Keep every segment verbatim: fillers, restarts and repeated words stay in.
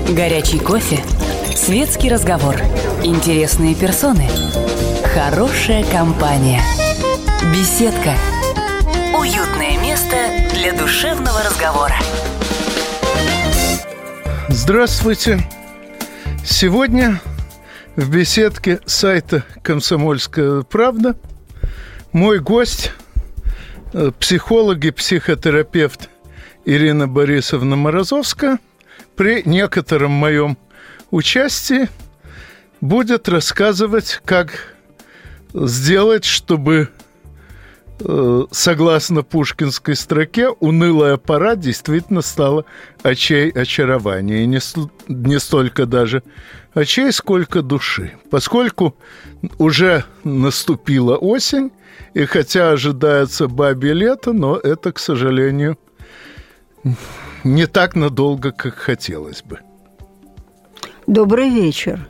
Горячий кофе, светский разговор, интересные персоны, хорошая компания, беседка, уютное место для душевного разговора. Здравствуйте! Сегодня в беседке сайта «Комсомольская правда» мой гость, психолог и психотерапевт Ирина Борисовна Морозовская, при некотором моем участии будет рассказывать, как сделать, чтобы, согласно пушкинской строке, унылая пора действительно стала очей очарования. И не, не столько даже очей, сколько души. Поскольку уже наступила осень, и хотя ожидается бабье лето, но это, к сожалению, не так надолго, как хотелось бы. Добрый вечер.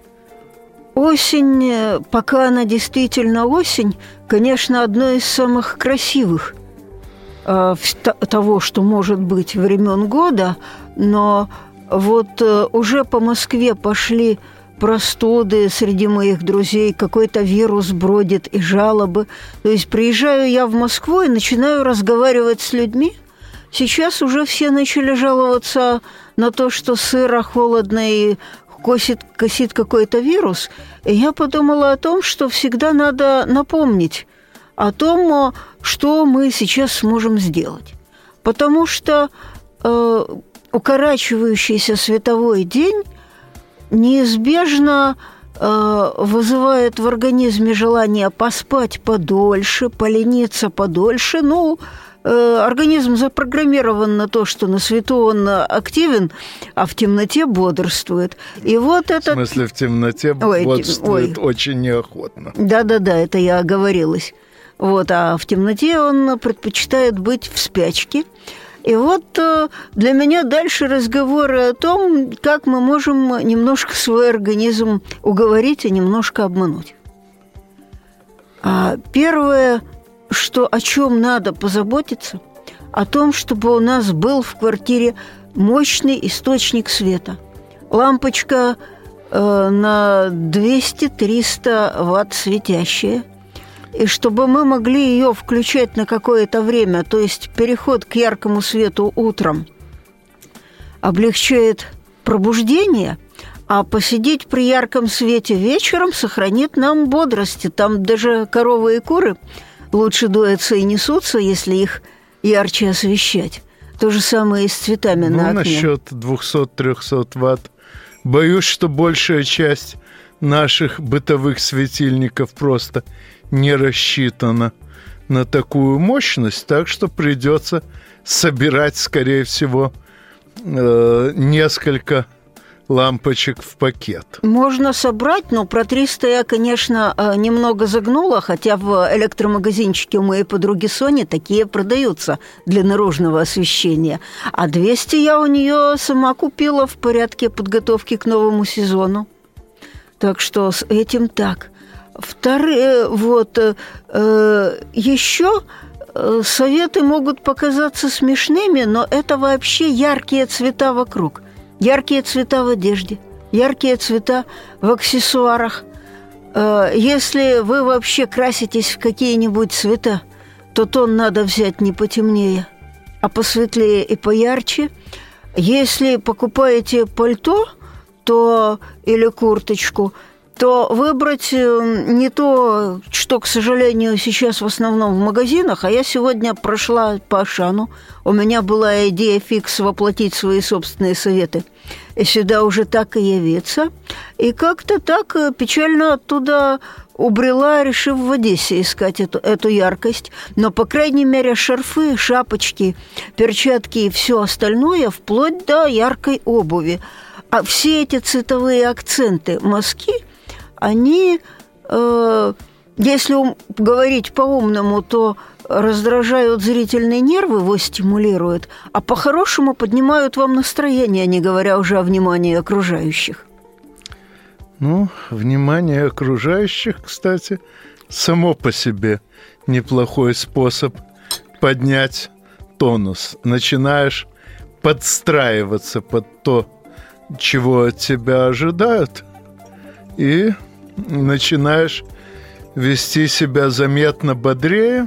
Осень, пока она действительно осень, конечно, одно из самых красивых э, того, что может быть времен года, но вот э, уже по Москве пошли простуды среди моих друзей, какой-то вирус бродит и жалобы. То есть приезжаю я в Москву и начинаю разговаривать с людьми. Сейчас уже все начали жаловаться на то, что сыро, холодно и косит, косит какой-то вирус. И я подумала о том, что всегда надо напомнить о том, что мы сейчас сможем сделать. Потому что э, укорачивающийся световой день неизбежно э, вызывает в организме желание поспать подольше, полениться подольше. Ну, организм запрограммирован на то, что на свету он активен, а в темноте бодрствует. И вот это... В смысле, в темноте ой, бодрствует ой. очень неохотно. Да-да-да, это я оговорилась. Вот, а в темноте он предпочитает быть в спячке. И вот для меня дальше разговоры о том, как мы можем немножко свой организм уговорить и немножко обмануть. Первое... что о чем надо позаботиться, о том, чтобы у нас был в квартире мощный источник света. Лампочка э, на двести-триста ватт светящая, и чтобы мы могли ее включать на какое-то время, то есть переход к яркому свету утром облегчает пробуждение, а посидеть при ярком свете вечером сохранит нам бодрости. Там даже коровы и куры лучше доятся и несутся, если их ярче освещать. То же самое и с цветами ну, на окне. Насчет двести-триста ватт. Боюсь, что большая часть наших бытовых светильников просто не рассчитана на такую мощность, так что придется собирать, скорее всего, э, несколько лампочек в пакет. Можно собрать, но про триста я, конечно, немного загнула, хотя в электромагазинчике у моей подруги Сони такие продаются для наружного освещения. А двести я у нее сама купила в порядке подготовки к новому сезону. Так что с этим так. Вторые, вот, э, еще советы могут показаться смешными, но это вообще яркие цвета вокруг. Яркие цвета в одежде, яркие цвета в аксессуарах. Если вы вообще краситесь в какие-нибудь цвета, то тон надо взять не потемнее, а посветлее и поярче. Если покупаете пальто, то или курточку, то выбрать не то, что, к сожалению, сейчас в основном в магазинах, а я сегодня прошла по Ашану. У меня была идея фикс воплотить свои собственные советы. И сюда уже так и явиться. И как-то так печально оттуда убрела, решив в Одессе искать эту, эту яркость. Но, по крайней мере, шарфы, шапочки, перчатки и все остальное, вплоть до яркой обуви. А все эти цветовые акценты, мазки, они, э, если говорить по-умному, то раздражают зрительные нервы, его стимулируют, а по-хорошему поднимают вам настроение, не говоря уже о внимании окружающих. Ну, внимание окружающих, кстати, само по себе неплохой способ поднять тонус. Начинаешь подстраиваться под то чего от тебя ожидают, и начинаешь вести себя заметно бодрее,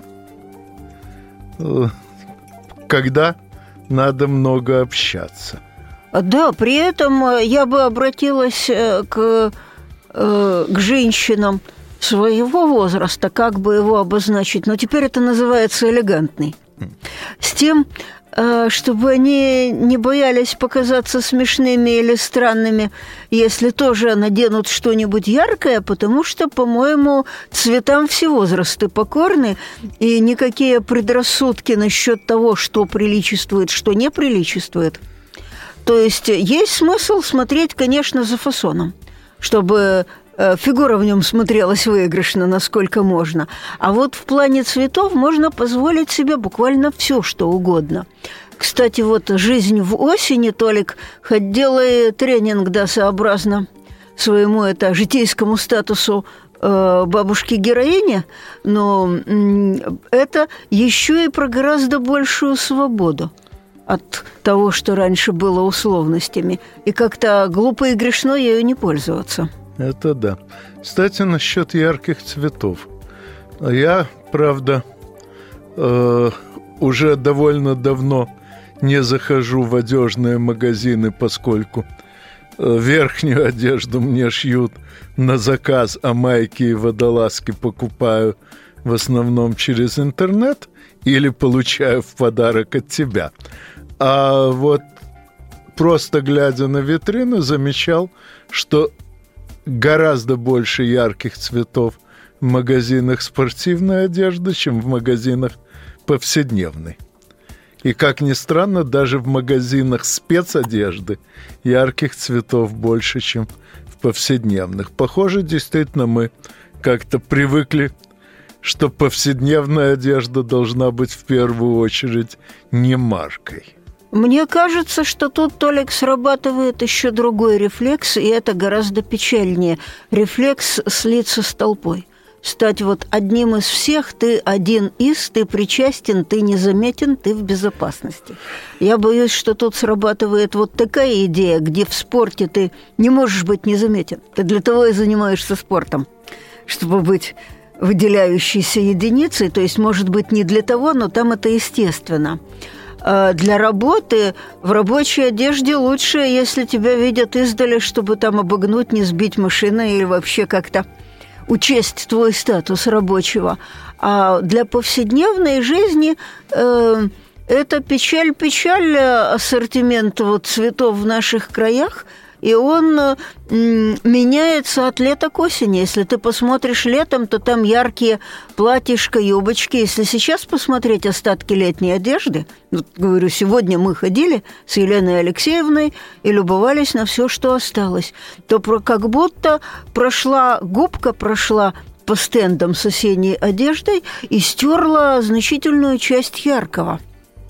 когда надо много общаться. Да, при этом я бы обратилась к, к женщинам своего возраста, как бы его обозначить, но теперь это называется элегантный, с тем, чтобы они не боялись показаться смешными или странными, если тоже наденут что-нибудь яркое, потому что, по-моему, цветам все возрасты покорны, и никакие предрассудки насчет того, что приличествует, что не приличествует. То есть есть смысл смотреть, конечно, за фасоном, чтобы фигура в нем смотрелась выигрышно, насколько можно. А вот в плане цветов можно позволить себе буквально все, что угодно. Кстати, вот «Жизнь в осени», Толик, хоть делай тренинг, да, сообразно своему это житейскому статусу э, бабушки-героини, но э, это еще и про гораздо большую свободу от того, что раньше было условностями. И как-то глупо и грешно ею не пользоваться. Это да. Кстати, насчет ярких цветов. Я, правда, э, уже довольно давно не захожу в одежные магазины, поскольку э, верхнюю одежду мне шьют на заказ, а майки и водолазки покупаю в основном через интернет или получаю в подарок от тебя. А вот просто глядя на витрину, замечал, что гораздо больше ярких цветов в магазинах спортивной одежды, чем в магазинах повседневной. И, как ни странно, даже в магазинах спецодежды ярких цветов больше, чем в повседневных. Похоже, действительно, мы как-то привыкли, что повседневная одежда должна быть в первую очередь не маркой. Мне кажется, что тут, Толик, срабатывает еще другой рефлекс, и это гораздо печальнее. Рефлекс слиться с толпой. Стать вот одним из всех, ты один из, ты причастен, ты незаметен, ты в безопасности. Я боюсь, что тут срабатывает вот такая идея, где в спорте ты не можешь быть незаметен. Ты для того и занимаешься спортом, чтобы быть выделяющейся единицей, то есть, может быть, не для того, но там это естественно. Для работы в рабочей одежде лучше, если тебя видят издали, чтобы там обогнуть, не сбить машиной или вообще как-то учесть твой статус рабочего. А для повседневной жизни э, это печаль-печаль ассортимент вот цветов в наших краях, и он э, меняется от лета к осени. Если ты посмотришь летом, то там яркие платьишко, юбочки. Если сейчас посмотреть остатки летней одежды, вот, говорю, сегодня мы ходили с Еленой Алексеевной и любовались на все, что осталось, то про, как будто прошла губка, прошла по стендам с осенней одеждой и стерла значительную часть яркого.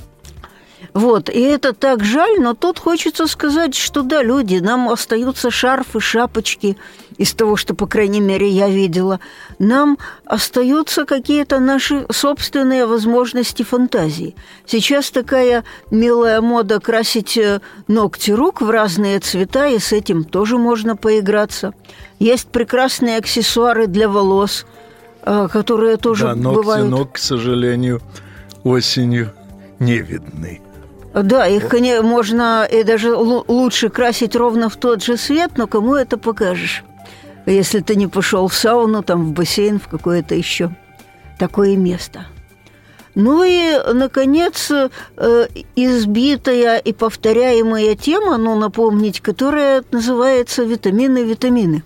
Вот, и это так жаль, но тут хочется сказать, что да, люди, нам остаются шарфы, шапочки, из того, что, по крайней мере, я видела. Нам остаются какие-то наши собственные возможности фантазии. Сейчас такая милая мода красить ногти рук в разные цвета, и с этим тоже можно поиграться. Есть прекрасные аксессуары для волос, которые тоже да, ногти, бывают... но, к сожалению, осенью не видны. Да, их можно и даже лучше красить ровно в тот же цвет, но кому это покажешь? Если ты не пошел в сауну, там, в бассейн, в какое-то еще такое место. Ну и, наконец, избитая и повторяемая тема, ну, напомнить, которая называется «Витамины, витамины».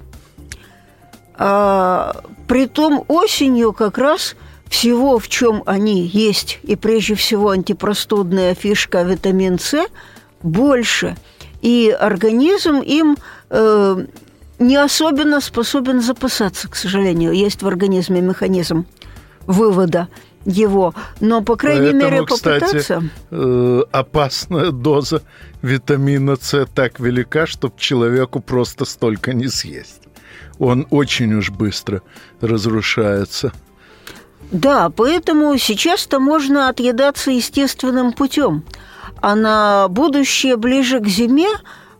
А, притом осенью как раз... Всего, в чем они есть, и прежде всего антипростудная фишка витамин С, больше. И организм им э, не особенно способен запасаться, к сожалению. Есть в организме механизм вывода его, но, по крайней Поэтому, мере, попытаться... Кстати, э, опасная доза витамина С так велика, чтобы человеку просто столько не съесть. Он очень уж быстро разрушается. Да, поэтому сейчас-то можно отъедаться естественным путем. А на будущее, ближе к зиме,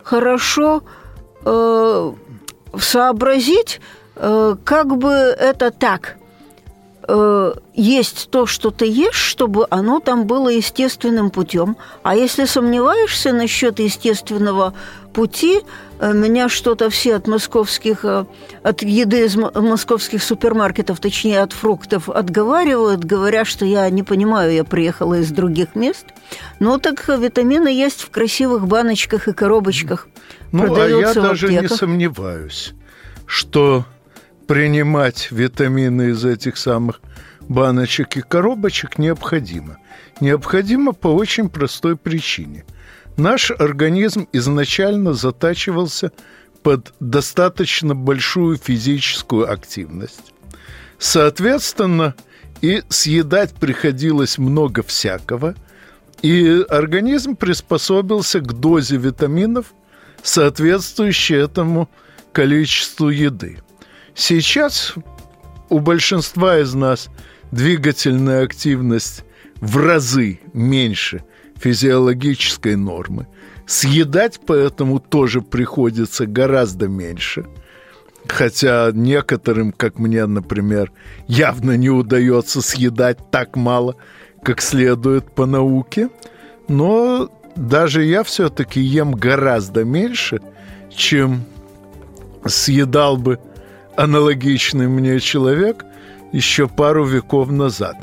хорошо э, сообразить, э, как бы это так. Э, есть то, что ты ешь, чтобы оно там было естественным путем. А если сомневаешься насчет естественного пути, э, меня что-то все от московских, э, от еды из м- московских супермаркетов, точнее от фруктов, отговаривают, говоря, что я не понимаю, я приехала из других мест. Но так витамины есть в красивых баночках и коробочках. Ну, а я даже аптеках. не сомневаюсь, что принимать витамины из этих самых баночек и коробочек необходимо. Необходимо по очень простой причине. Наш организм изначально затачивался под достаточно большую физическую активность. Соответственно, и съедать приходилось много всякого, и организм приспособился к дозе витаминов, соответствующей этому количеству еды. Сейчас у большинства из нас двигательная активность в разы меньше физиологической нормы. Съедать поэтому тоже приходится гораздо меньше. Хотя некоторым, как мне, например, явно не удается съедать так мало, как следует по науке. Но даже я все-таки ем гораздо меньше, чем съедал бы аналогичный мне человек еще пару веков назад.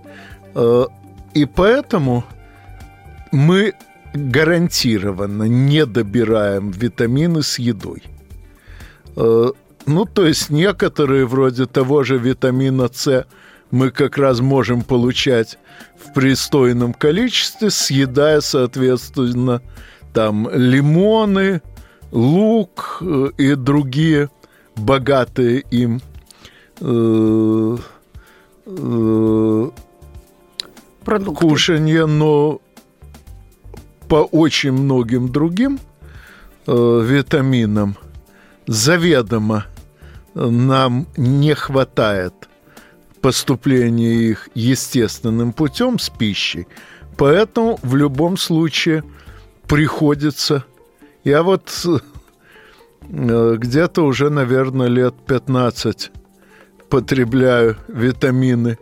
И поэтому мы гарантированно не добираем витамины с едой. Ну, то есть некоторые, вроде того же витамина С, мы как раз можем получать в пристойном количестве, съедая, соответственно, там лимоны, лук и другие богатые им э, э, кушанья, но по очень многим другим э, витаминам заведомо нам не хватает поступления их естественным путем с пищей, поэтому в любом случае приходится. Я вот где-то уже, наверное, лет пятнадцать потребляю витамины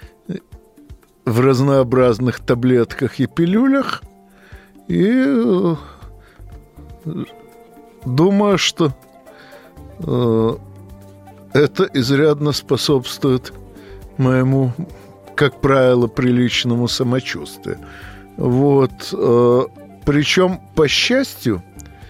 в разнообразных таблетках и пилюлях, и думаю, что это изрядно способствует моему, как правило, приличному самочувствию. Вот. Причем, по счастью,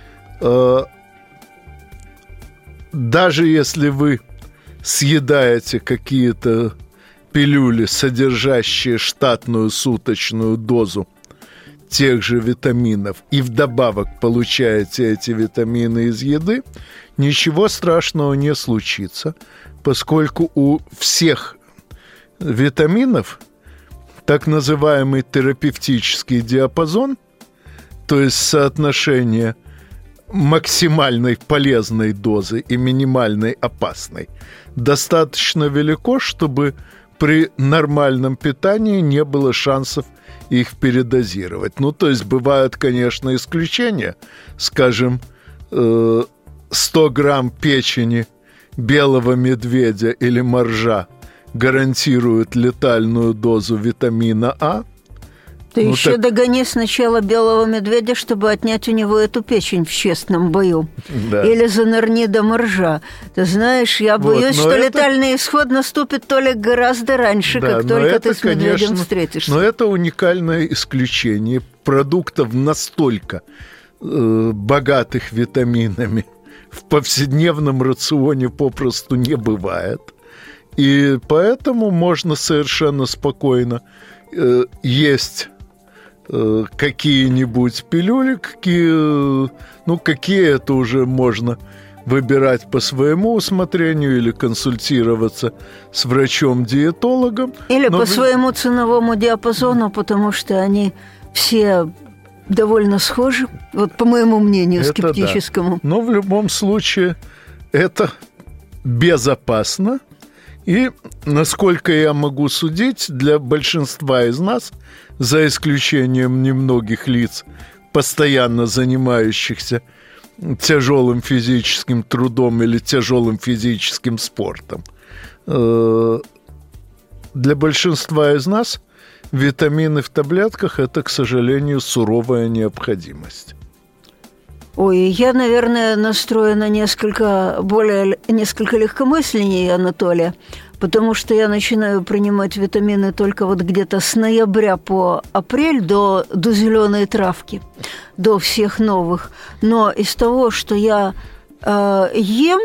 даже если вы съедаете какие-то пилюли, содержащие штатную суточную дозу тех же витаминов, и вдобавок получаете эти витамины из еды, ничего страшного не случится, поскольку у всех витаминов так называемый терапевтический диапазон, то есть соотношение максимальной полезной дозы и минимальной опасной, достаточно велико, чтобы при нормальном питании не было шансов их передозировать. Ну, то есть бывают, конечно, исключения. Скажем, сто грамм печени белого медведя или моржа гарантирует летальную дозу витамина А. Ты ну, еще так... догони сначала белого медведя, чтобы отнять у него эту печень в честном бою. Да. Или занырни до моржа. Ты знаешь, я вот, боюсь, что это... летальный исход наступит только гораздо раньше, да, как только это, ты с медведем конечно, встретишься. Но это уникальное исключение. Продуктов настолько э, богатых витаминами в повседневном рационе попросту не бывает. И поэтому можно совершенно спокойно э, есть э, какие-нибудь пилюли, какие, ну, какие это уже можно выбирать по своему усмотрению или консультироваться с врачом-диетологом. Или Но... по своему ценовому диапазону, потому что они все довольно схожи, вот по моему мнению, это скептическому. Да. Но в любом случае это безопасно. И, насколько я могу судить, для большинства из нас, за исключением немногих лиц, постоянно занимающихся тяжелым физическим трудом или тяжелым физическим спортом. Для большинства из нас витамины в таблетках – это, к сожалению, суровая необходимость. Ой, я, наверное, настроена несколько более, несколько легкомысленнее Анатолия, потому что я начинаю принимать витамины только вот где-то с ноября по апрель до, до зеленой травки, до всех новых. Но из того, что я э, ем,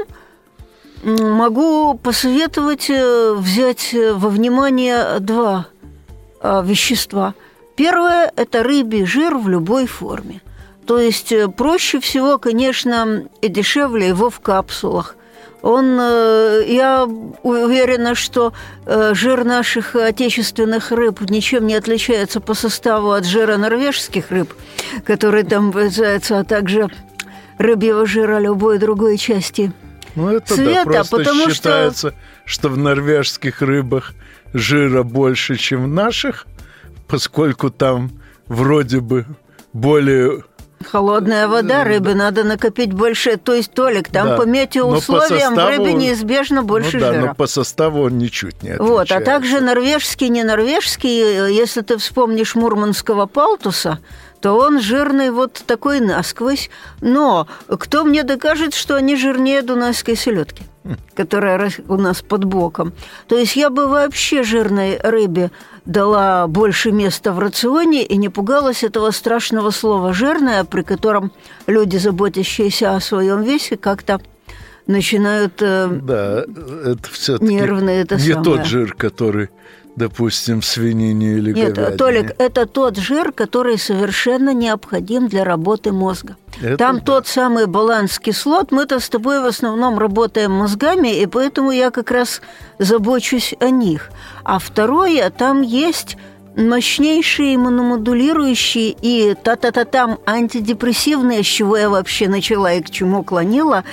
могу посоветовать взять во внимание два э, вещества. Первое – это рыбий жир в любой форме. То есть проще всего, конечно, и дешевле его в капсулах. Он, я уверена, что жир наших отечественных рыб ничем не отличается по составу от жира норвежских рыб, который там вырезается, а также рыбьего жира любой другой части ну, это света. Да, просто потому считается, что... что в норвежских рыбах жира больше, чем в наших, поскольку там вроде бы более... Холодная вода, рыбы надо накопить больше. То есть, Толик, там да. по метеоусловиям по составу, в рыбе неизбежно больше ну, да, жира. Но по составу он ничуть не отличается. Вот, а также норвежский, не норвежский, если ты вспомнишь мурманского палтуса, то он жирный вот такой насквозь. Но кто мне докажет, что они жирнее дунайской селедки, которая у нас под боком? То есть я бы вообще жирной рыбе дала больше места в рационе и не пугалась этого страшного слова «жирная», при котором люди, заботящиеся о своем весе, как-то начинают э, да, это все-таки нервно это не самое. Тот жир, который, допустим, в свинине или Нет, говядине. Толик, это тот жир, который совершенно необходим для работы мозга. Это Там да. тот самый баланс кислот. Мы-то с тобой в основном работаем мозгами, и поэтому я как раз забочусь о них. А второе, там есть мощнейшие иммуномодулирующие и та-та-та-там антидепрессивные, с чего я вообще начала и к чему клонила,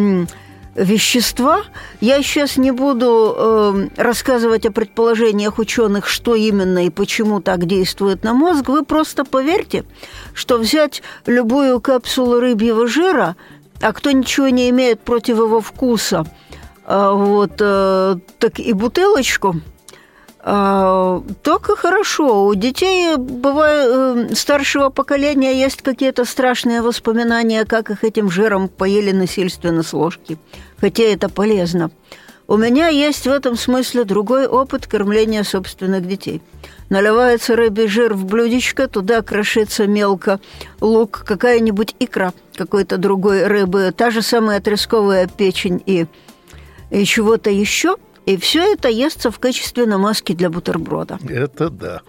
вещества. Я сейчас не буду э, рассказывать о предположениях ученых, что именно и почему так действует на мозг. Вы просто поверьте, что взять любую капсулу рыбьего жира, а кто ничего не имеет против его вкуса, э, вот, э, так и бутылочку, э, только хорошо. У детей, бывает, э, старшего поколения есть какие-то страшные воспоминания, как их этим жиром поели насильственно с ложки. Хотя это полезно. У меня есть в этом смысле другой опыт кормления собственных детей. Наливается рыбий жир в блюдечко, туда крошится мелко лук, какая-нибудь икра какой-то другой рыбы, та же самая тресковая печень и, и чего-то еще. И все это естся в качестве намазки для бутерброда. Это да.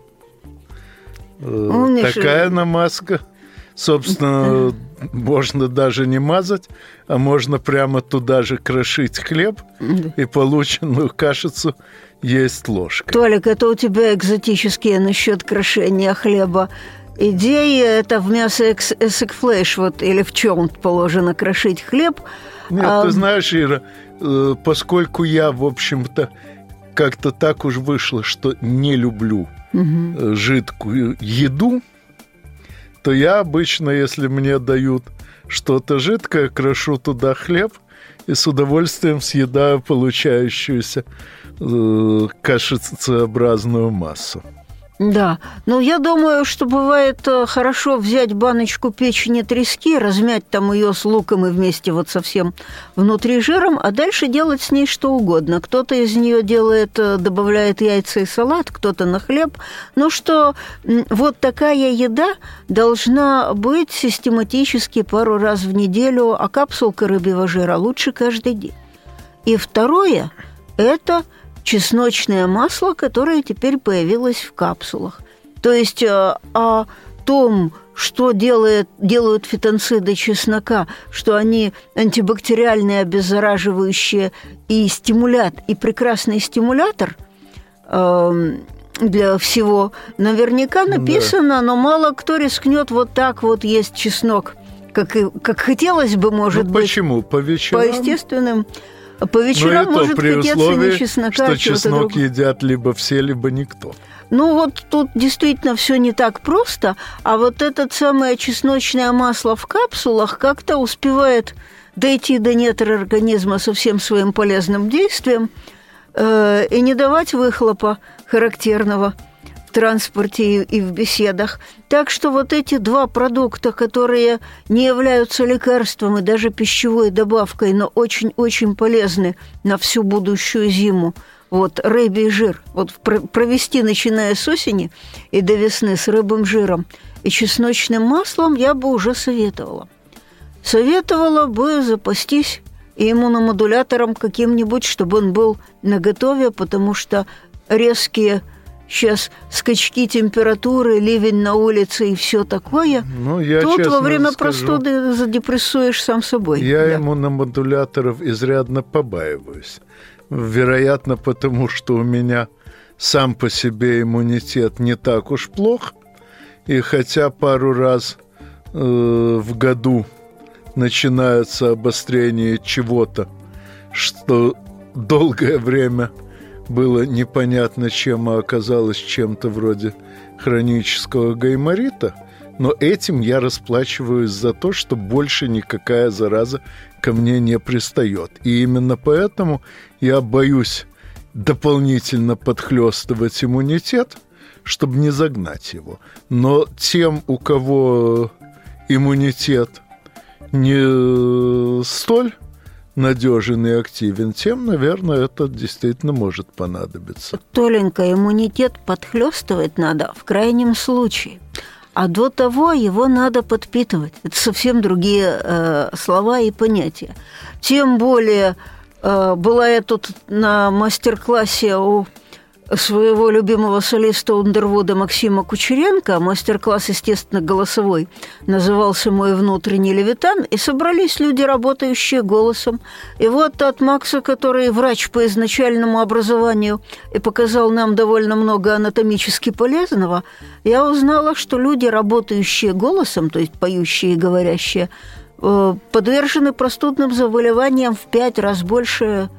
Умнейший. Такая намазка, собственно, можно даже не мазать, а можно прямо туда же крошить хлеб и полученную кашицу есть ложкой. Толик, это у тебя экзотические насчет крошения хлеба идеи. Это в мясо эссекфлейш вот, или в чем положено крошить хлеб. Нет, а... ты знаешь, Ира, поскольку я, в общем-то, как-то так уж вышло, что не люблю угу. жидкую еду, то я обычно, если мне дают что-то жидкое, крошу туда хлеб и с удовольствием съедаю получающуюся э, кашицеобразную массу. Да, но я думаю, что бывает хорошо взять баночку печени трески, размять там ее с луком и вместе вот совсем внутри жиром, а дальше делать с ней что угодно. Кто-то из нее делает, добавляет яйца и салат, кто-то на хлеб. Но что вот такая еда должна быть систематически пару раз в неделю, а капсулка рыбьего жира лучше каждый день. И второе – это чесночное масло, которое теперь появилось в капсулах. То есть о том, что делает, делают фитонциды чеснока, что они антибактериальные, обеззараживающие и стимулят, и прекрасный стимулятор э, для всего, наверняка написано, да. Но мало кто рискнет вот так вот есть чеснок, как, и, как хотелось бы, может ну, быть. Почему? По вечерам? По естественным По вечерам Но и может то при хотеться условии, не чеснока, что а чего-то чеснок другого. едят либо все, либо никто. Ну вот тут действительно все не так просто, а вот это самое чесночное масло в капсулах как-то успевает дойти до недр организма со всем своим полезным действием э, и не давать выхлопа характерного в транспорте и, и в беседах. Так что вот эти два продукта, которые не являются лекарством и даже пищевой добавкой, но очень-очень полезны на всю будущую зиму, вот рыбий жир, вот провести, начиная с осени и до весны, с рыбым жиром и чесночным маслом я бы уже советовала. Советовала бы запастись и иммуномодулятором каким-нибудь, чтобы он был наготове, потому что резкие сейчас скачки температуры, ливень на улице и все такое, ну, я, тут во время скажу, простуды задепрессуешь сам собой. Я да. иммуномодуляторов изрядно побаиваюсь. Вероятно, потому что у меня сам по себе иммунитет не так уж плох, и хотя пару раз э, в году начинается обострение чего-то, что долгое время было непонятно чем, а оказалось чем-то вроде хронического гайморита, но этим я расплачиваюсь за то, что больше никакая зараза ко мне не пристает. И именно поэтому я боюсь дополнительно подхлёстывать иммунитет, чтобы не загнать его. Но тем, у кого иммунитет не столь надежен и активен, тем, наверное, это действительно может понадобиться. Толенька, иммунитет подхлёстывать надо в крайнем случае. А до того его надо подпитывать. Это совсем другие э, слова и понятия. Тем более, э, была я тут на мастер-классе у своего любимого солиста Ундервуда Максима Кучеренко. Мастер-класс, естественно, голосовой. Назывался «Мой внутренний левитан». И собрались люди, работающие голосом. И вот от Макса, который врач по изначальному образованию и показал нам довольно много анатомически полезного, я узнала, что люди, работающие голосом, то есть поющие и говорящие, подвержены простудным заболеваниям в пять раз больше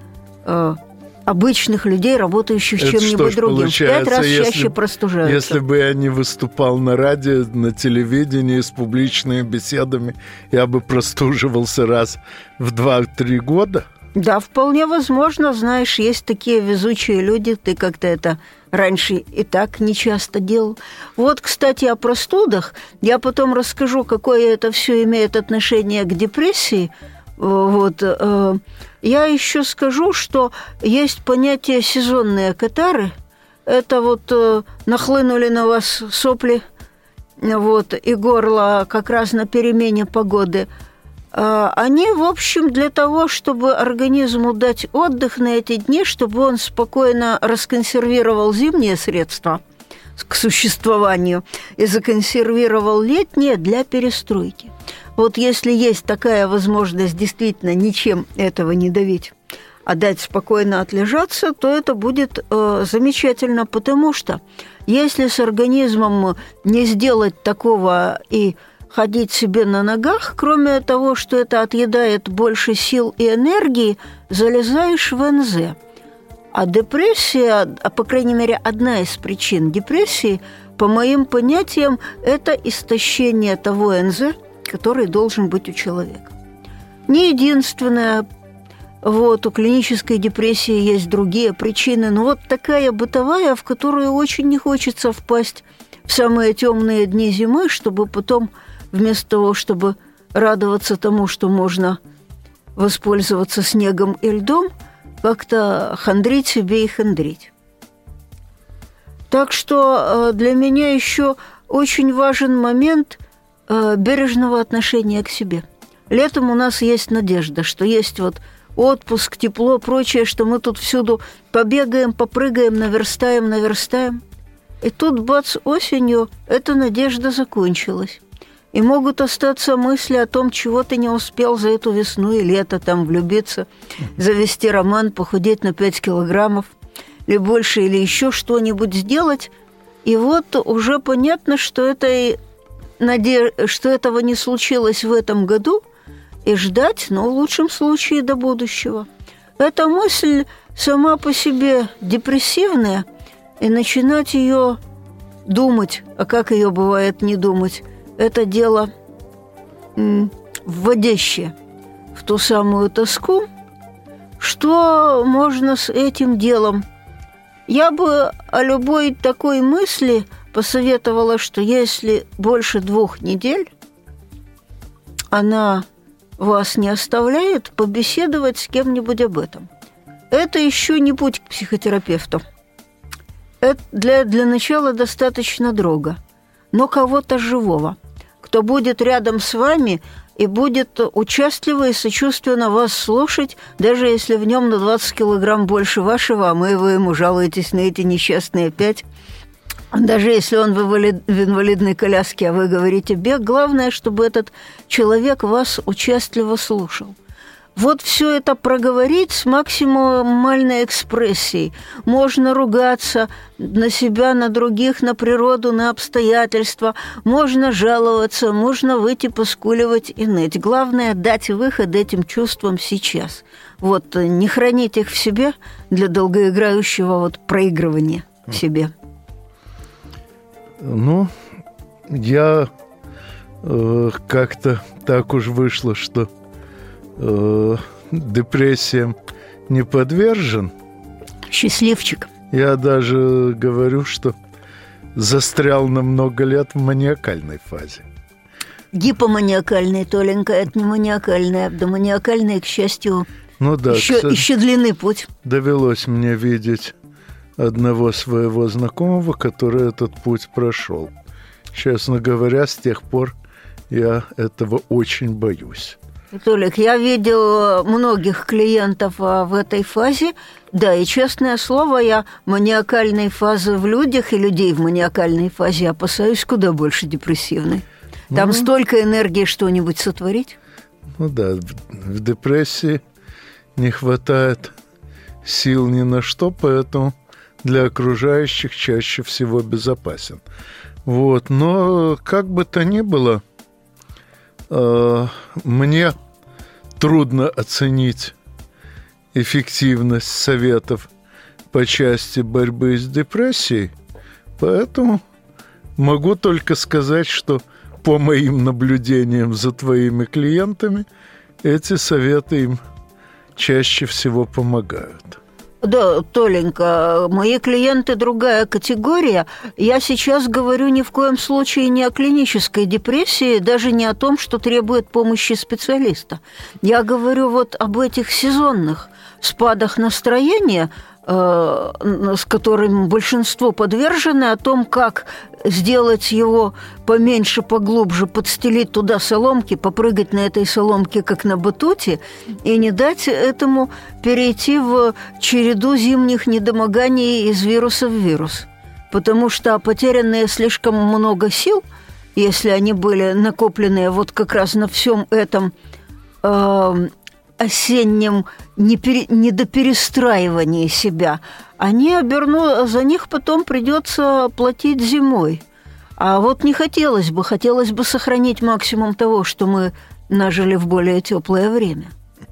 обычных людей, работающих Это чем-нибудь другим. В пять раз если, чаще простужаются. Если бы я не выступал на радио, на телевидении с публичными беседами, я бы простуживался раз в два-три года. Да, вполне возможно. Знаешь, есть такие везучие люди. Ты как-то это раньше и так нечасто делал. Вот, кстати, о простудах. Я потом расскажу, какое это все имеет отношение к депрессии. Вот. Я еще скажу, что есть понятие сезонные катары. Это вот нахлынули на вас сопли, вот, и горло как раз на перемене погоды. Они, в общем, для того, чтобы организму дать отдых на эти дни, чтобы он спокойно расконсервировал зимние средства к существованию и законсервировал летние для перестройки. Вот если есть такая возможность действительно ничем этого не давить, а дать спокойно отлежаться, то это будет э, замечательно, потому что если с организмом не сделать такого и ходить себе на ногах, кроме того, что это отъедает больше сил и энергии, залезаешь в эн зэ. А депрессия, а по крайней мере одна из причин депрессии, по моим понятиям, это истощение того эн зэ, который должен быть у человека. Не единственное, вот, у клинической депрессии есть другие причины, но вот такая бытовая, в которую очень не хочется впасть в самые темные дни зимы, чтобы потом, вместо того, чтобы радоваться тому, что можно воспользоваться снегом и льдом, как-то хандрить себе и хандрить. Так что для меня еще очень важен момент бережного отношения к себе. Летом у нас есть надежда, что есть вот отпуск, тепло, прочее, что мы тут всюду побегаем, попрыгаем, наверстаем, наверстаем. И тут, бац, осенью эта надежда закончилась. И могут остаться мысли о том, чего ты не успел за эту весну и лето, там, влюбиться, завести роман, похудеть на пять килограммов, или больше, или еще что-нибудь сделать. И вот уже понятно, что это и Надеж... что этого не случилось в этом году, и ждать, но в лучшем случае до будущего. Эта мысль сама по себе депрессивная, и начинать ее думать, а как ее бывает не думать, это дело м, вводящее в ту самую тоску. Что можно с этим делом? Я бы о любой такой мысли посоветовала, что если больше двух недель она вас не оставляет, побеседовать с кем-нибудь об этом. Это еще не путь к психотерапевту. Это для, для начала достаточно дорого, но кого-то живого, кто будет рядом с вами и будет участливо и сочувственно вас слушать, даже если в нем на двадцать килограмм больше вашего, а вы ему жалуетесь на эти несчастные пять. Даже если он в инвалидной коляске, а вы говорите бег, главное, чтобы этот человек вас участливо слушал. Вот все это проговорить с максимальной экспрессией. Можно ругаться на себя, на других, на природу, на обстоятельства. Можно жаловаться, можно выйти поскуливать и ныть. Главное – дать выход этим чувствам сейчас. Вот не хранить их в себе для долгоиграющего вот проигрывания в себе. Ну, я э, как-то так уж вышло, что э, депрессиям не подвержен. Счастливчик. Я даже говорю, что застрял на много лет в маниакальной фазе. Гипоманиакальный, Толенька, это не маниакальная, до маниакальной, к счастью, ну, да, еще, кстати, еще длинный путь. Довелось мне видеть одного своего знакомого, который этот путь прошел. Честно говоря, с тех пор я этого очень боюсь. Толик, я видел многих клиентов в этой фазе. Да, и честное слово, я маниакальной фазы в людях и людей в маниакальной фазе опасаюсь куда больше депрессивной. Там ну, столько энергии что-нибудь сотворить. Ну да, в депрессии не хватает сил ни на что, поэтому для окружающих чаще всего безопасен. Вот. Но как бы то ни было, э, мне трудно оценить эффективность советов по части борьбы с депрессией, поэтому могу только сказать, что по моим наблюдениям за твоими клиентами эти советы им чаще всего помогают. Да, Толенька, мои клиенты другая категория. Я сейчас говорю ни в коем случае не о клинической депрессии, даже не о том, что требует помощи специалиста. Я говорю вот об этих сезонных спадах настроения, э, с которыми большинство подвержены, о том, как сделать его поменьше, поглубже, подстелить туда соломки, попрыгать на этой соломке, как на батуте, и не дать этому перейти в череду зимних недомоганий из вируса в вирус. Потому что потерянные слишком много сил, если они были накопленные вот как раз на всем этом э, осеннем непере, недоперестраивании себя, они обернут, за них потом придется платить зимой. А вот не хотелось бы, хотелось бы сохранить максимум того, что мы нажили в более теплое время.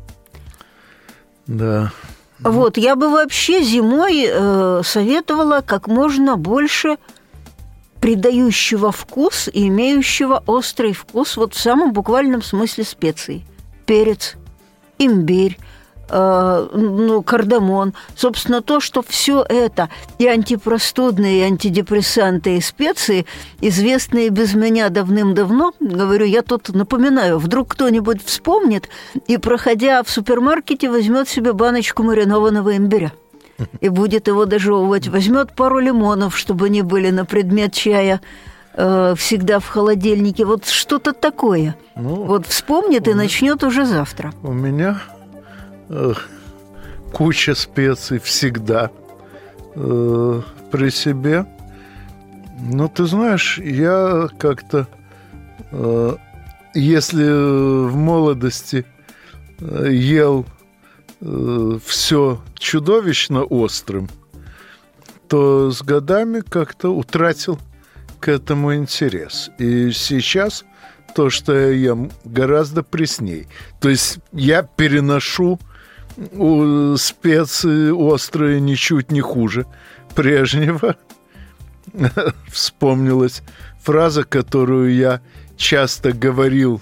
Да. Вот, я бы вообще зимой э, советовала как можно больше придающего вкус и имеющего острый вкус, вот в самом буквальном смысле специй. Перец, имбирь, э, ну, кардамон. Собственно, то, что все это, и антипростудные, и антидепрессанты, и специи, известные без меня давным-давно, говорю, я тут напоминаю, вдруг кто-нибудь вспомнит и, проходя в супермаркете, возьмет себе баночку маринованного имбиря и будет его дожевывать. Возьмет пару лимонов, чтобы они были на предмет чая, э, всегда в холодильнике. Вот что-то такое. Ну, вот вспомнит и начнет уже завтра. У меня э, куча специй всегда э, при себе. Но ты знаешь, я как-то, э, если в молодости э, ел э, все чудовищно острым, то с годами как-то утратил к этому интерес. И сейчас то, что я ем, гораздо пресней. То есть я переношу у специи острые ничуть не хуже прежнего. Вспомнилась фраза, которую я часто говорил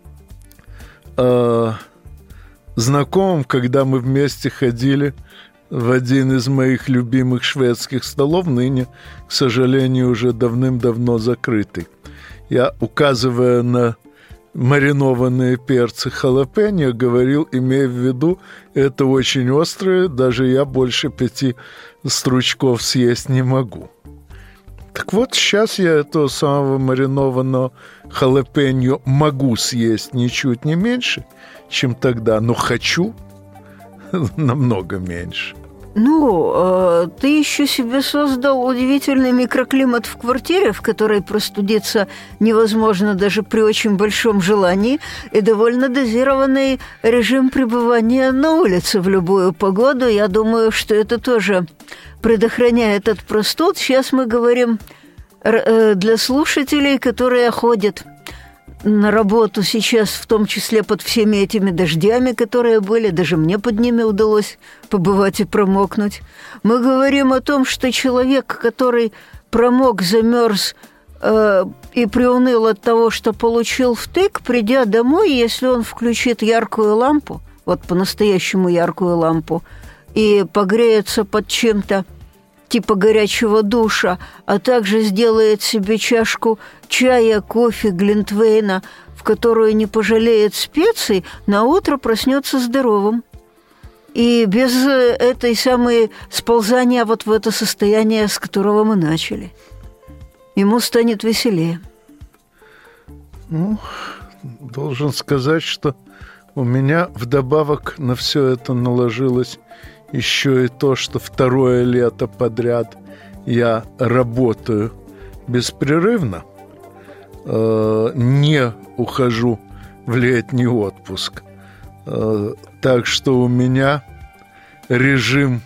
э, знакомым, когда мы вместе ходили в один из моих любимых шведских столов, ныне, к сожалению, уже давным-давно закрытый. Я, указывая на маринованные перцы халапеньо, говорил, имея в виду, это очень острое, даже я больше пяти стручков съесть не могу. Так вот, сейчас я этого самого маринованного халапеньо могу съесть ничуть не меньше, чем тогда, но хочу намного меньше. Ну, э, ты еще себе создал удивительный микроклимат в квартире, в которой простудиться невозможно даже при очень большом желании, и довольно дозированный режим пребывания на улице в любую погоду. Я думаю, что это тоже предохраняет от простуд. Сейчас мы говорим э, для слушателей, которые ходят на работу сейчас, в том числе под всеми этими дождями, которые были, даже мне под ними удалось побывать и промокнуть. Мы говорим о том, что человек, который промок, замерз э, и приуныл от того, что получил втык, придя домой, если он включит яркую лампу, вот по-настоящему яркую лампу, и погреется под чем-то типа горячего душа, а также сделает себе чашку чая, кофе, глинтвейна, в которую не пожалеет специй, на утро проснется здоровым. И без этой самой сползания вот в это состояние, с которого мы начали. Ему станет веселее. Ну, должен сказать, что у меня вдобавок на все это наложилось еще и то, что второе лето подряд я работаю беспрерывно, э, не ухожу в летний отпуск. Э, так что у меня режим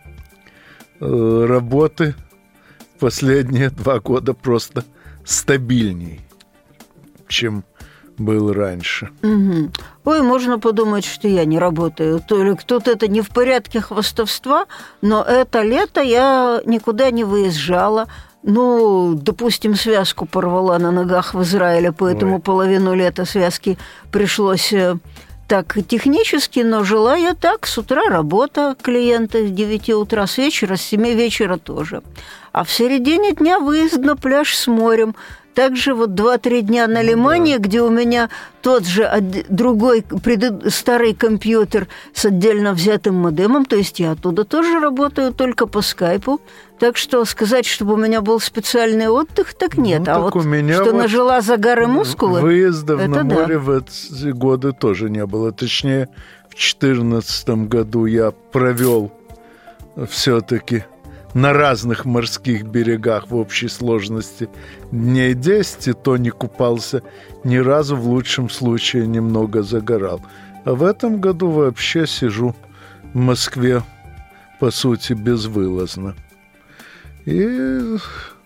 э, работы последние два года просто стабильней, чем был раньше. Угу. Ой, можно подумать, что я не работаю. Только тут это не в порядке хвастовства, но это лето я никуда не выезжала. Ну, допустим, связку порвала на ногах в Израиле, поэтому Ой. половину лета связки пришлось так технически, но жила я так. С утра работа клиента с девяти утра, с вечера, с семи вечера тоже. А в середине дня выезд на пляж с морем. Также вот два-три дня на Лимане, да. где у меня тот же другой пред... старый компьютер с отдельно взятым модемом, то есть я оттуда тоже работаю, только по скайпу. Так что сказать, чтобы у меня был специальный отдых, так нет. Ну, а так вот что вот нажила загар и мускулы, выездов это на море да. в эти годы тоже не было. Точнее, в две тысячи четырнадцатом году я провел все-таки на разных морских берегах в общей сложности дней десять, и то не купался ни разу, в лучшем случае немного загорал. А в этом году вообще сижу в Москве, по сути, безвылазно. И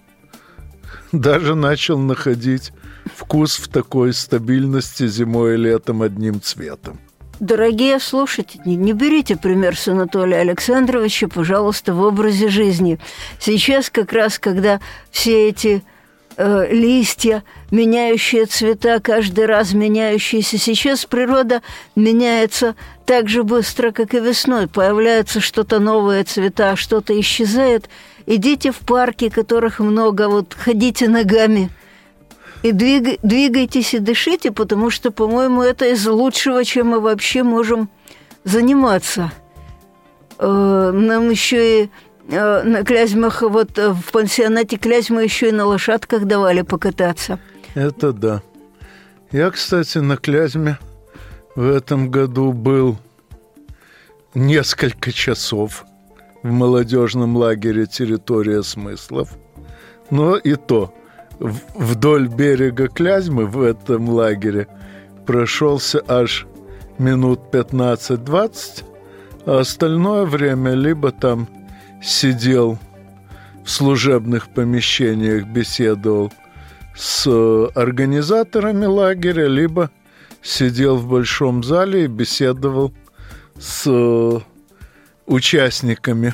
даже начал находить вкус в такой стабильности зимой и летом одним цветом. Дорогие слушатели, не берите пример с Анатолия Александровича, пожалуйста, в образе жизни. Сейчас как раз, когда все эти э, листья, меняющие цвета, каждый раз меняющиеся, сейчас природа меняется так же быстро, как и весной. Появляются что-то новые цвета, что-то исчезает. Идите в парки, которых много, вот ходите ногами. И двиг, двигайтесь и дышите, потому что, по-моему, это из лучшего, чем мы вообще можем заниматься. Нам еще и на Клязьмах, вот в пансионате Клязьмы еще и на лошадках давали покататься. Это да. Я, кстати, на Клязьме в этом году был несколько часов в молодежном лагере «Территория смыслов». Но и то вдоль берега Клязьмы в этом лагере прошелся аж минут пятнадцать-двадцать, а остальное время либо там сидел в служебных помещениях, беседовал с организаторами лагеря, либо сидел в большом зале и беседовал с э, участниками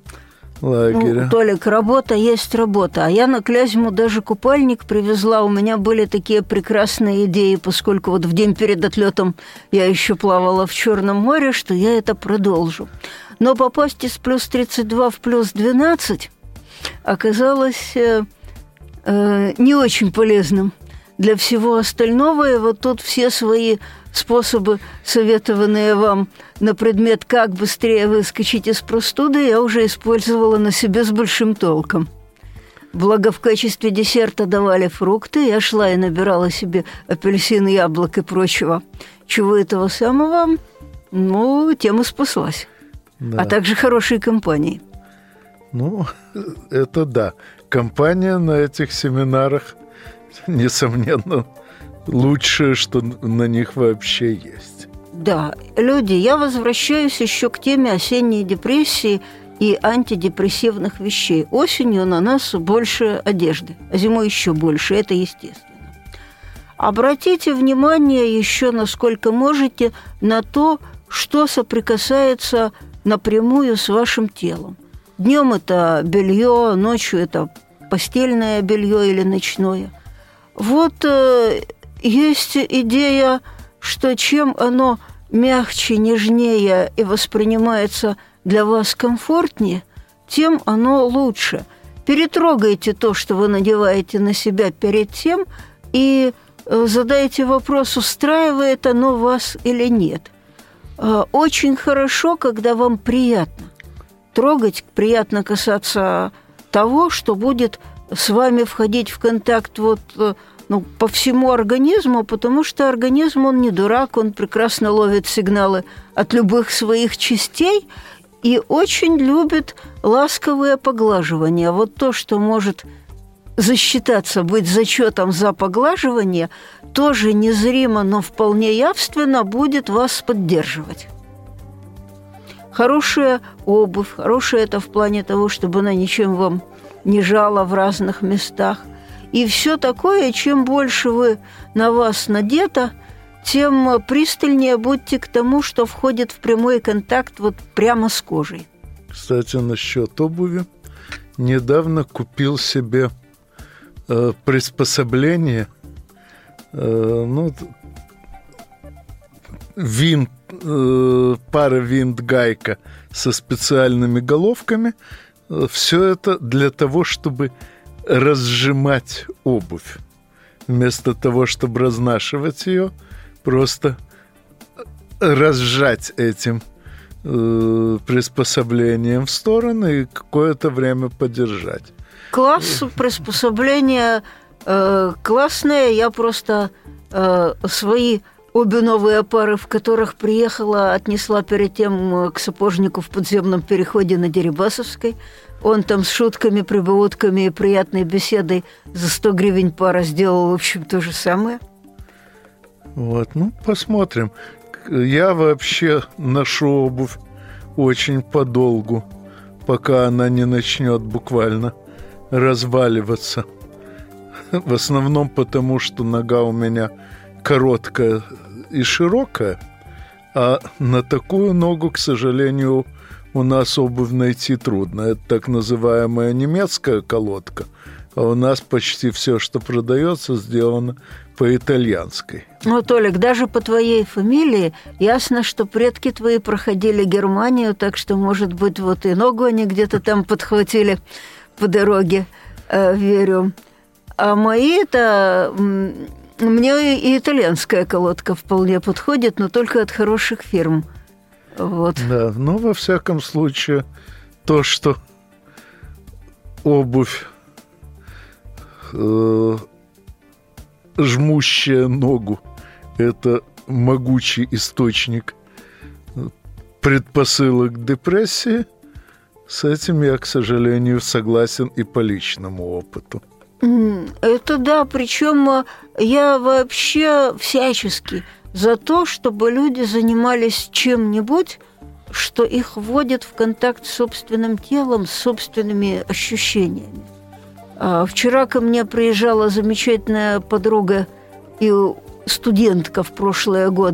лагеря. Ну, Толик, работа есть работа. А я на Клязьму даже купальник привезла. У меня были такие прекрасные идеи, поскольку вот в день перед отлетом я еще плавала в Черном море, что я это продолжу. Но попасть из плюс тридцать два в плюс двенадцать оказалось э, э, не очень полезным для всего остального. И вот тут все свои способы, советованные вам на предмет, как быстрее выскочить из простуды, я уже использовала на себе с большим толком. Благо, в качестве десерта давали фрукты, я шла и набирала себе апельсин, яблок и прочего. Чего этого самого, ну, тем и спаслась. Да. А также хорошей компанией. Ну, это да. Компания на этих семинарах, несомненно, лучшее, что на них вообще есть. Да, люди, я возвращаюсь еще к теме осенней депрессии и антидепрессивных вещей. Осенью на нас больше одежды, а зимой еще больше, это естественно. Обратите внимание еще, насколько можете, на то, что соприкасается напрямую с вашим телом. Днем это белье, ночью это постельное белье или ночное. Вот э, есть идея, что чем оно мягче, нежнее и воспринимается для вас комфортнее, тем оно лучше. Перетрогайте то, что вы надеваете на себя перед тем, и э, задайте вопрос, устраивает оно вас или нет. Э, очень хорошо, когда вам приятно трогать, приятно касаться того, что будет с вами входить в контакт вот, ну, по всему организму, потому что организм, он не дурак, он прекрасно ловит сигналы от любых своих частей и очень любит ласковые поглаживания. Вот то, что может засчитаться, быть зачетом за поглаживание, тоже незримо, но вполне явственно будет вас поддерживать. Хорошая обувь, хорошая это в плане того, чтобы она ничем вам не жала в разных местах. И все такое, чем больше вы на вас надето, тем пристальнее будьте к тому, что входит в прямой контакт вот прямо с кожей. Кстати, насчет обуви. Недавно купил себе э, приспособление, э, ну, винт, э, пара винт-гайка со специальными головками. Все это для того, чтобы разжимать обувь. Вместо того, чтобы разнашивать ее, просто разжать этим э, приспособлением в стороны и какое-то время подержать. Класс приспособления э, классное. Я просто э, свои обе новые пары, в которых приехала, отнесла перед тем к сапожнику в подземном переходе на Дерибасовской. Он там с шутками, прибаутками и приятной беседой за сто гривен пара сделал, в общем, то же самое. Вот, ну, посмотрим. Я вообще ношу обувь очень подолгу, пока она не начнет буквально разваливаться. В основном потому, что нога у меня короткая и широкая, а на такую ногу, к сожалению, у нас обувь найти трудно. Это так называемая немецкая колодка, а у нас почти все, что продается, сделано по итальянской. Ну, Толик, даже по твоей фамилии ясно, что предки твои проходили Германию, так что, может быть, вот и ногу они где-то там подхватили по дороге, э, верю. А мои-то... Мне и итальянская колодка вполне подходит, но только от хороших фирм. Вот. Да, но во всяком случае, то, что обувь, э, жмущая ногу, это могучий источник предпосылок к депрессии, с этим я, к сожалению, согласен и по личному опыту. Это да, причем я вообще всячески за то, чтобы люди занимались чем-нибудь, что их вводит в контакт с собственным телом, с собственными ощущениями. Вчера ко мне приезжала замечательная подруга и студентка в прошлые годы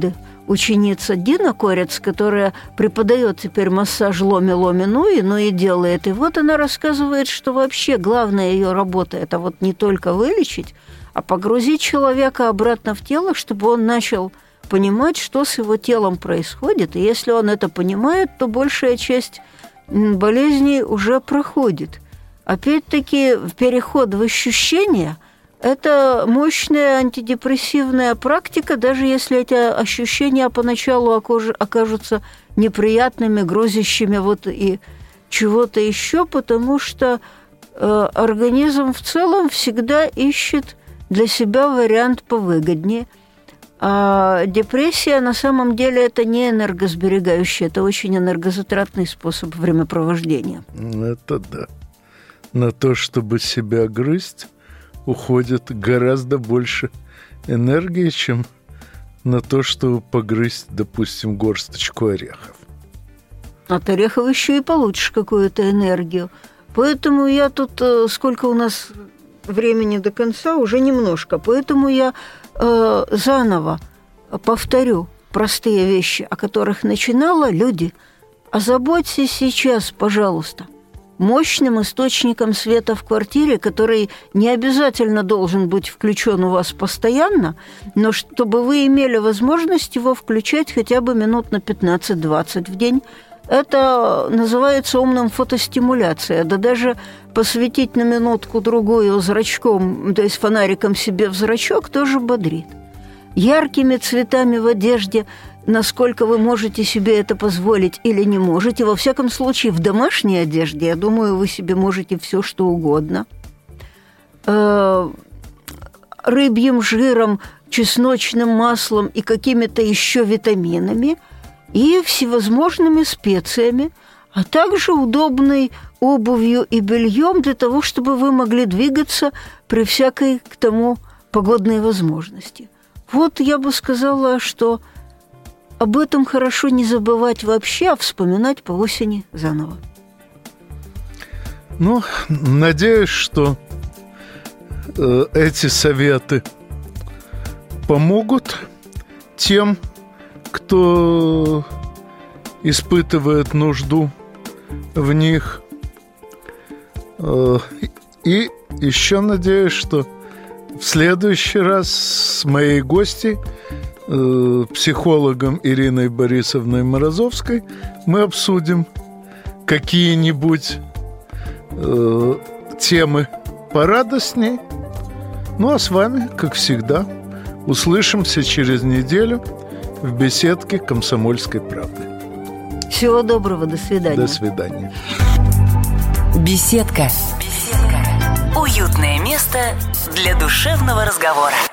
ученица Дина Корец, которая преподает теперь массаж ломи-ломи-нуи, но и делает. И вот она рассказывает, что вообще главная ее работа – это вот не только вылечить, а погрузить человека обратно в тело, чтобы он начал понимать, что с его телом происходит. И если он это понимает, то большая часть болезней уже проходит. Опять-таки, переход в ощущения – это мощная антидепрессивная практика, даже если эти ощущения поначалу окажутся неприятными, грозящими вот и чего-то еще, потому что э, организм в целом всегда ищет для себя вариант повыгоднее. А депрессия на самом деле это не энергосберегающий, это очень энергозатратный способ времяпровождения. Это да. На то, чтобы себя грызть, уходит гораздо больше энергии, чем на то, чтобы погрызть, допустим, горсточку орехов. От орехов еще и получишь какую-то энергию. Поэтому я тут, сколько у нас времени до конца, уже немножко. Поэтому я э, заново повторю простые вещи, о которых начинала. Люди, озаботьтесь сейчас, пожалуйста, мощным источником света в квартире, который не обязательно должен быть включен у вас постоянно, но чтобы вы имели возможность его включать хотя бы минут на пятнадцать-двадцать в день. Это называется умным фотостимуляцией. Да даже посветить на минутку-другую зрачком, то есть фонариком себе в зрачок, тоже бодрит. Яркими цветами в одежде, насколько вы можете себе это позволить или не можете. Во всяком случае, в домашней одежде, я думаю, вы себе можете все, что угодно. Рыбьим жиром, чесночным маслом и какими-то еще витаминами и всевозможными специями, а также удобной обувью и бельем для того, чтобы вы могли двигаться при всякой к тому погодной возможности. Вот я бы сказала, что об этом хорошо не забывать вообще, а вспоминать по осени заново. Ну, надеюсь, что э, эти советы помогут тем, кто испытывает нужду в них. Э, и еще надеюсь, что в следующий раз с моей гостьей, э, психологом Ириной Борисовной Морозовской, мы обсудим какие-нибудь э, темы порадостней. Ну, а с вами, как всегда, услышимся через неделю в беседке «Комсомольской правды». Всего доброго, до свидания. До свидания. Беседка. Беседка. Уютное место для душевного разговора.